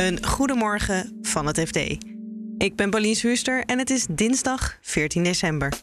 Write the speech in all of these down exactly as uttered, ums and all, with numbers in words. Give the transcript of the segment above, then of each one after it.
Een goedemorgen van het F D. Ik ben Pauline Schuster en het is dinsdag veertien december.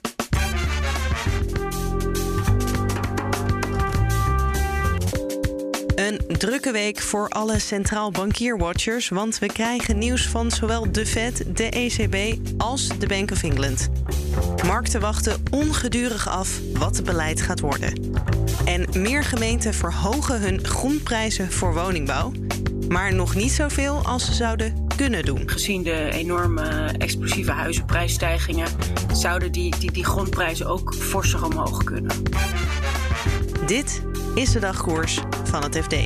Een drukke week voor alle centraal bankierwatchers, want we krijgen nieuws van zowel de Fed, de E C B als de Bank of England. Markten wachten ongedurig af wat het beleid gaat worden. En meer gemeenten verhogen hun grondprijzen voor woningbouw, maar nog niet zoveel als ze zouden kunnen doen. Gezien de enorme explosieve huizenprijsstijgingen zouden die, die, die grondprijzen ook forser omhoog kunnen. Dit is de dagkoers van het F D.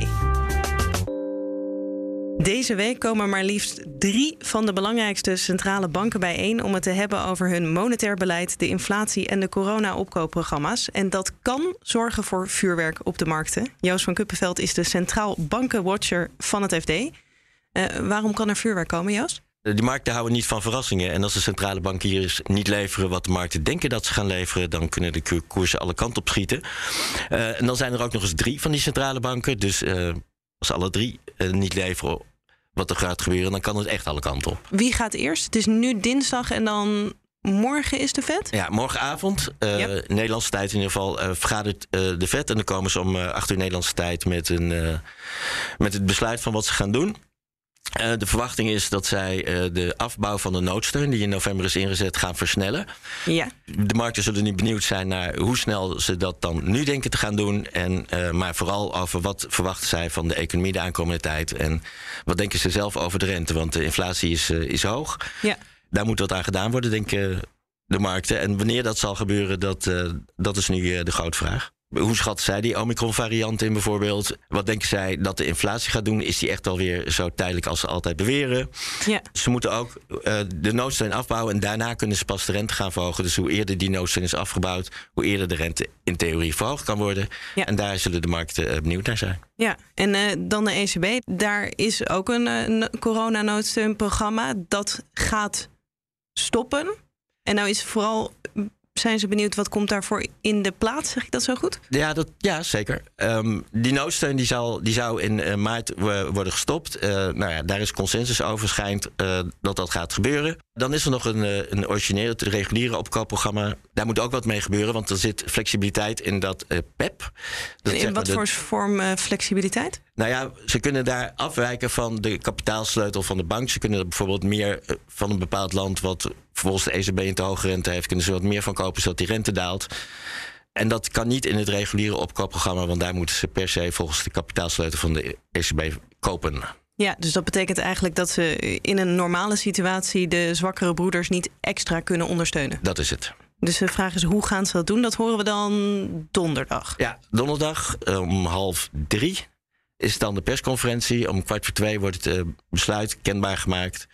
Deze week komen maar liefst drie van de belangrijkste centrale banken bijeen om het te hebben over hun monetair beleid, de inflatie en de corona-opkoopprogramma's. En dat kan zorgen voor vuurwerk op de markten. Joost van Kuppenveld is de centraal bankenwatcher van het F D. Uh, waarom kan er vuurwerk komen, Joost? De markten houden niet van verrassingen. En als de centrale bankiers niet leveren wat de markten denken dat ze gaan leveren, dan kunnen de koersen alle kanten op schieten. Uh, en dan zijn er ook nog eens drie van die centrale banken. Dus uh, als alle drie uh, niet leveren wat er gaat gebeuren, dan kan het echt alle kanten op. Wie gaat eerst? Het is nu dinsdag en dan morgen is de Fed? Ja, morgenavond, uh, yep. Nederlandse tijd in ieder geval, uh, vergadert uh, de Fed. En dan komen ze om uh, acht uur Nederlandse tijd met, een, uh, met het besluit van wat ze gaan doen. Uh, de verwachting is dat zij uh, de afbouw van de noodsteun die in november is ingezet gaan versnellen. Ja. De markten zullen niet benieuwd zijn naar hoe snel ze dat dan nu denken te gaan doen. En, uh, maar vooral over wat verwachten zij van de economie de aankomende tijd. En wat denken ze zelf over de rente, want de inflatie is, uh, is hoog. Ja. Daar moet wat aan gedaan worden, denken de markten. En wanneer dat zal gebeuren, dat, uh, dat is nu uh, de grote vraag. Hoe schatten zij die Omicron-variant in bijvoorbeeld? Wat denken zij dat de inflatie gaat doen? Is die echt alweer zo tijdelijk als ze altijd beweren? Ja. Ze moeten ook uh, de noodsteun afbouwen en daarna kunnen ze pas de rente gaan verhogen. Dus hoe eerder die noodsteun is afgebouwd, hoe eerder de rente in theorie verhoogd kan worden. Ja. En daar zullen de markten uh, benieuwd naar zijn. Ja, en uh, dan de E C B. Daar is ook een uh, coronanoodsteunprogramma. Dat gaat stoppen. En nou is vooral, zijn ze benieuwd wat komt daarvoor in de plaats? Zeg ik dat zo goed? Ja, dat, ja zeker. Um, die noodsteun die zou, die zou in uh, maart w- worden gestopt. Uh, nou ja, daar is consensus over, schijnt uh, dat dat gaat gebeuren. Dan is er nog een, uh, een origineel, het reguliere opkoopprogramma. Daar moet ook wat mee gebeuren, want er zit flexibiliteit in dat uh, P E P. Dat en in wat voor vorm uh, flexibiliteit? Nou ja, ze kunnen daar afwijken van de kapitaalsleutel van de bank. Ze kunnen bijvoorbeeld meer van een bepaald land wat volgens de E C B een te hoge rente heeft, kunnen ze wat meer van kopen zodat die rente daalt. En dat kan niet in het reguliere opkoopprogramma, want daar moeten ze per se volgens de kapitaalsleutel van de E C B kopen. Ja, dus dat betekent eigenlijk dat ze in een normale situatie de zwakkere broeders niet extra kunnen ondersteunen. Dat is het. Dus de vraag is, hoe gaan ze dat doen? Dat horen we dan donderdag. Ja, donderdag om half drie is dan de persconferentie. Om kwart voor twee wordt het uh, besluit kenbaar gemaakt.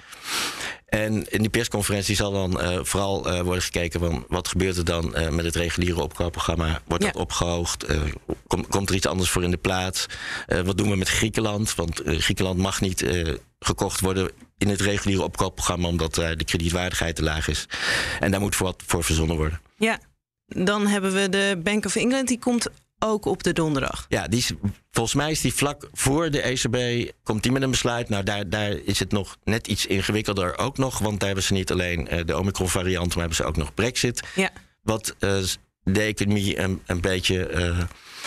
En in die persconferentie zal dan uh, vooral uh, worden gekeken van wat gebeurt er dan uh, met het reguliere opkoopprogramma. Wordt ja. dat opgehoogd? Uh, kom, komt er iets anders voor in de plaats? Uh, wat doen we met Griekenland? Want uh, Griekenland mag niet uh, gekocht worden in het reguliere opkoopprogramma omdat uh, de kredietwaardigheid te laag is. En daar moet voor wat voor verzonnen worden. Ja, dan hebben we de Bank of England, die komt ook op de donderdag. Ja, die is, volgens mij is die vlak voor de E C B, komt die met een besluit. Nou, daar, daar is het nog net iets ingewikkelder ook nog. Want daar hebben ze niet alleen uh, de Omicron-variant, maar hebben ze ook nog Brexit. Ja. Wat uh, de economie een, een beetje uh,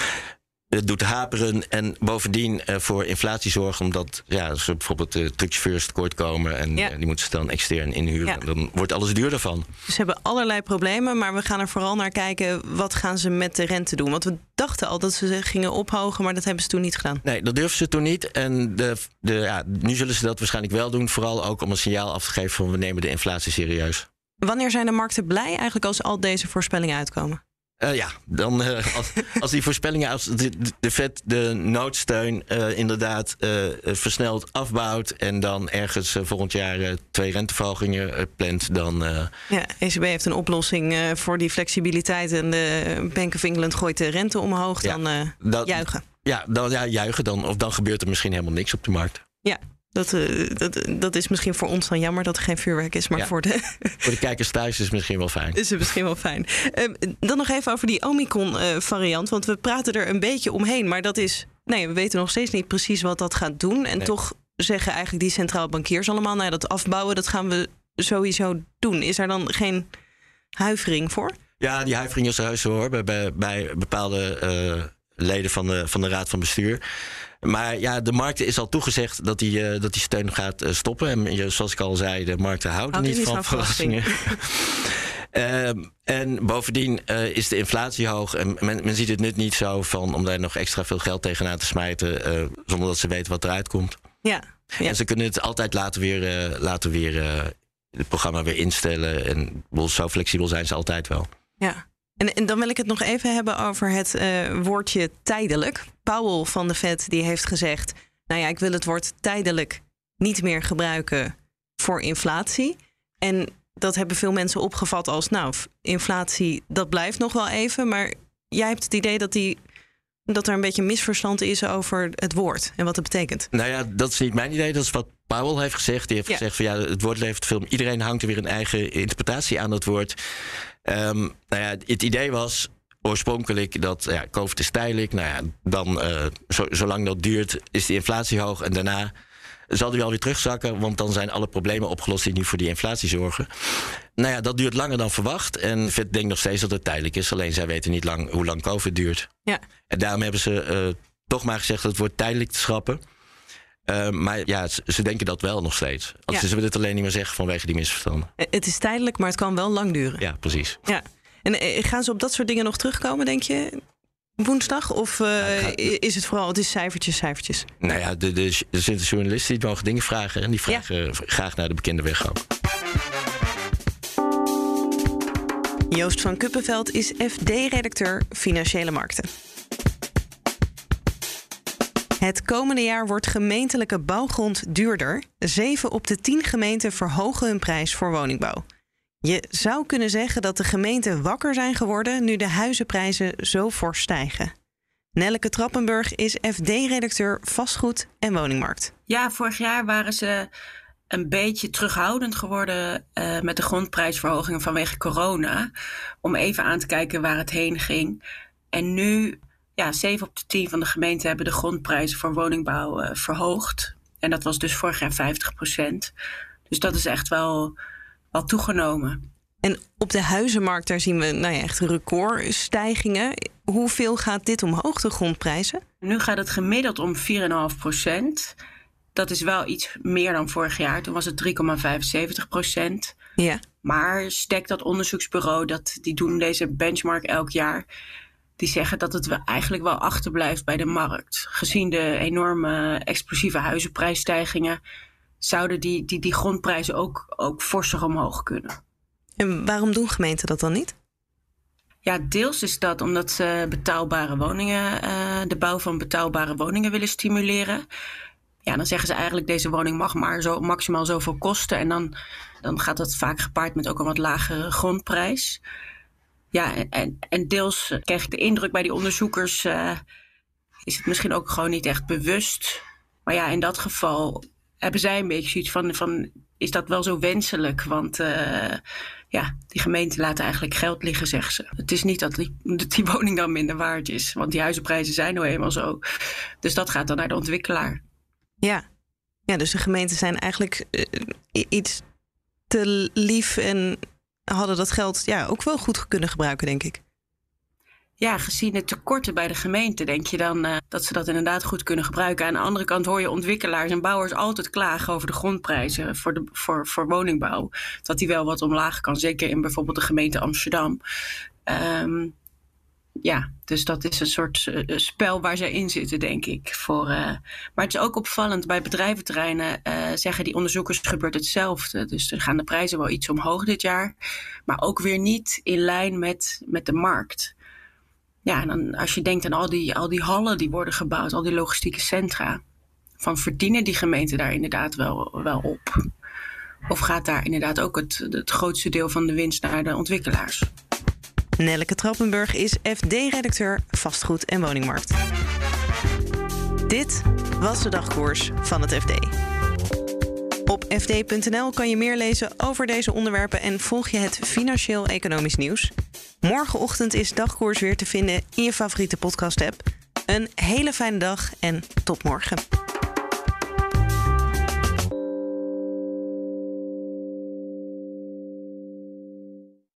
doet haperen. En bovendien uh, voor inflatie zorgen, omdat ja, ze bijvoorbeeld uh, truckchauffeurs tekort komen en ja. uh, die moeten ze dan extern inhuren. Ja. Dan wordt alles duurder van. Ze hebben allerlei problemen, maar we gaan er vooral naar kijken, wat gaan ze met de rente doen? Want we dachten al dat ze gingen ophogen, maar dat hebben ze toen niet gedaan. Nee, dat durven ze toen niet. En de, de, ja, nu zullen ze dat waarschijnlijk wel doen, vooral ook om een signaal af te geven van we nemen de inflatie serieus. Wanneer zijn de markten blij eigenlijk als al deze voorspellingen uitkomen? Uh, ja, dan uh, als, als die voorspellingen, als de, de Fed de noodsteun uh, inderdaad uh, versneld afbouwt en dan ergens uh, volgend jaar uh, twee renteverhogingen uh, plant, dan Uh... Ja, E C B heeft een oplossing uh, voor die flexibiliteit en de Bank of England gooit de rente omhoog, ja, dan uh, dat, juichen. Ja, dan ja, juichen dan, of dan gebeurt er misschien helemaal niks op de markt. Ja. Dat, uh, dat, dat is misschien voor ons dan jammer dat er geen vuurwerk is. Maar ja, voor, de voor de kijkers thuis is het misschien wel fijn. Is het misschien wel fijn. Uh, dan nog even over die Omicron-variant. Uh, want we praten er een beetje omheen. Maar dat is, nee, we weten nog steeds niet precies wat dat gaat doen. En nee. toch zeggen eigenlijk die centraal bankiers allemaal, nou ja, dat afbouwen, dat gaan we sowieso doen. Is er dan geen huivering voor? Ja, die huivering is er heus hoor, bij, bij, bij bepaalde uh, leden van de, van de Raad van Bestuur. Maar ja, de markt is al toegezegd dat die, uh, dat die steun gaat uh, stoppen. En zoals ik al zei, de markten houden Houd niet niet van, van verrassingen. um, en bovendien uh, is de inflatie hoog. En men, men ziet het nut niet zo van om daar nog extra veel geld tegenaan te smijten, uh, zonder dat ze weten wat eruit komt. Ja, ja. En ze kunnen het altijd later weer, uh, later weer uh, het programma weer instellen. En zo flexibel zijn ze altijd wel. Ja. En, en dan wil ik het nog even hebben over het uh, woordje tijdelijk. Powell van de Fed die heeft gezegd, nou ja, ik wil het woord tijdelijk niet meer gebruiken voor inflatie. En dat hebben veel mensen opgevat als, nou, inflatie, dat blijft nog wel even. Maar jij hebt het idee dat, die, dat er een beetje misverstand is over het woord en wat het betekent. Nou ja, dat is niet mijn idee. Dat is wat Powell heeft gezegd. Die heeft ja. gezegd van ja, het woord levert veel. Iedereen hangt er weer een eigen interpretatie aan dat woord. Um, nou ja, het idee was oorspronkelijk dat ja, COVID is tijdelijk. Nou ja, dan, uh, zo, zolang dat duurt, is die inflatie hoog. En daarna zal die wel weer terugzakken, want dan zijn alle problemen opgelost die nu voor die inflatie zorgen. Nou ja, dat duurt langer dan verwacht. En de Fed denkt nog steeds dat het tijdelijk is. Alleen zij weten niet lang hoe lang COVID duurt. Ja. En daarom hebben ze uh, toch maar gezegd dat het woord tijdelijk te schrappen. Uh, maar ja, ze, ze denken dat wel nog steeds. Als ja. Ze willen het alleen niet meer zeggen vanwege die misverstanden. Het is tijdelijk, maar het kan wel lang duren. Ja, precies. Ja. En uh, gaan ze op dat soort dingen nog terugkomen, denk je? Woensdag? Of uh, nou, ga... is het vooral, het is cijfertjes, cijfertjes? Nou ja, de, de, de, de journalisten die mogen dingen vragen. En die vragen ja. graag naar de bekende weg ook. Joost van Kuppenveld is F D-redacteur Financiële Markten. Het komende jaar wordt gemeentelijke bouwgrond duurder. Zeven op de tien gemeenten verhogen hun prijs voor woningbouw. Je zou kunnen zeggen dat de gemeenten wakker zijn geworden nu de huizenprijzen zo fors stijgen. Nelleke Trappenburg is F D-redacteur Vastgoed en Woningmarkt. Ja, vorig jaar waren ze een beetje terughoudend geworden uh, met de grondprijsverhogingen vanwege corona. Om even aan te kijken waar het heen ging. En nu, ja, zeven op de tien van de gemeenten hebben de grondprijzen voor woningbouw uh, verhoogd. En dat was dus vorig jaar vijftig procent. Dus dat is echt wel, wel toegenomen. En op de huizenmarkt, daar zien we nou ja, echt recordstijgingen. Hoeveel gaat dit omhoog, de grondprijzen? Nu gaat het gemiddeld om vier komma vijf procent. Dat is wel iets meer dan vorig jaar. Toen was het drie komma vijfenzeventig procent. Ja. Maar Stek, dat onderzoeksbureau, dat, die doen deze benchmark elk jaar. Die zeggen dat het wel eigenlijk wel achterblijft bij de markt. Gezien de enorme explosieve huizenprijsstijgingen zouden die, die, die grondprijzen ook, ook forser omhoog kunnen. En waarom doen gemeenten dat dan niet? Ja, deels is dat omdat ze betaalbare woningen, uh, de bouw van betaalbare woningen willen stimuleren. Ja, dan zeggen ze eigenlijk deze woning mag maar zo, maximaal zoveel kosten. En dan, dan gaat dat vaak gepaard met ook een wat lagere grondprijs. Ja, en, en deels krijg ik de indruk bij die onderzoekers, uh, is het misschien ook gewoon niet echt bewust. Maar ja, in dat geval hebben zij een beetje zoiets van, van is dat wel zo wenselijk? Want uh, ja, die gemeenten laten eigenlijk geld liggen, zeggen ze. Het is niet dat die, dat die woning dan minder waard is. Want die huizenprijzen zijn nou eenmaal zo. Dus dat gaat dan naar de ontwikkelaar. Ja, ja, dus de gemeenten zijn eigenlijk uh, iets te lief en hadden dat geld ja, ook wel goed kunnen gebruiken, denk ik. Ja, gezien de tekorten bij de gemeente denk je dan uh, dat ze dat inderdaad goed kunnen gebruiken. Aan de andere kant hoor je ontwikkelaars en bouwers altijd klagen over de grondprijzen voor, de, voor, voor woningbouw. Dat die wel wat omlaag kan, zeker in bijvoorbeeld de gemeente Amsterdam. Um, ja, dus dat is een soort uh, spel waar zij in zitten, denk ik. Voor, uh, maar het is ook opvallend, bij bedrijventerreinen uh, zeggen die onderzoekers gebeurt hetzelfde. Dus er gaan de prijzen wel iets omhoog dit jaar, maar ook weer niet in lijn met, met de markt. Ja, en dan, als je denkt aan al die, al die hallen die worden gebouwd, al die logistieke centra, van verdienen die gemeenten daar inderdaad wel, wel op? Of gaat daar inderdaad ook het, het grootste deel van de winst naar de ontwikkelaars? Nelleke Trappenburg is F D-redacteur Vastgoed en Woningmarkt. Dit was de dagkoers van het F D. Op f d punt n l kan je meer lezen over deze onderwerpen en volg je het financieel-economisch nieuws. Morgenochtend is Dagkoers weer te vinden in je favoriete podcast-app. Een hele fijne dag en tot morgen.